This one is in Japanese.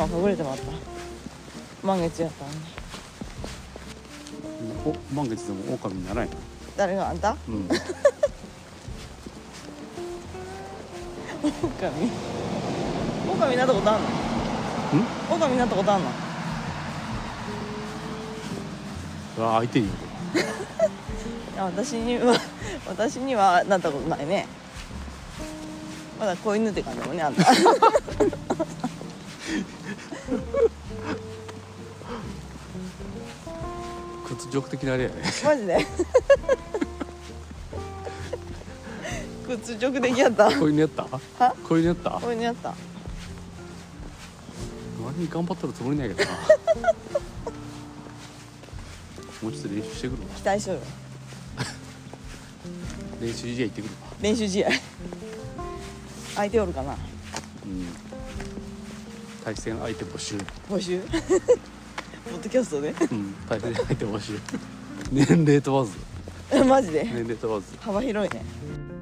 頭隠れてまった。満月やったのに。 お、満月でも狼にならないの？ 誰があんた？ うん。 狼になったことあんの？狼になったことあんの？ 相手にいや、私にはなったことないね。まだ子犬って感じもね、あんた。 屈辱的なあれやね。 マジで。屈辱的やった。 子犬やった？ は？ 子犬やった？ 子犬やった。 何頑張っとるつもりないけどな。もうちょっと練習してくるわ。 期待しとる。 練習試合行ってくるわ。 練習試合。相手おるかな。 うん。対戦相手募集。 募集。ポッドキャストで。 うん。対戦相手募集。年齢問わず。 マジで。 年齢問わず。 幅広いね。